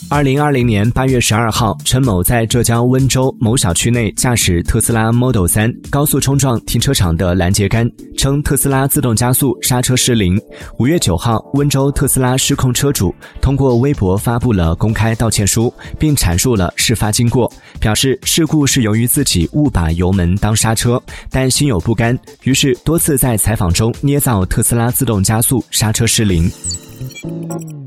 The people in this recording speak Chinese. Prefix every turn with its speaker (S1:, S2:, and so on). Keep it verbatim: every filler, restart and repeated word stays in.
S1: 二零二零年八月十二号，陈某在浙江温州某小区内驾驶特斯拉 Model 三高速冲撞停车场的拦截杆，称特斯拉自动加速刹车失灵。五月九号，温州特斯拉失控车主通过微博发布了公开道歉书，并阐述了事发经过，表示事故是由于自己误把油门当刹车，但心有不甘，于是多次在采访中捏造特斯拉自动加速刹车失灵。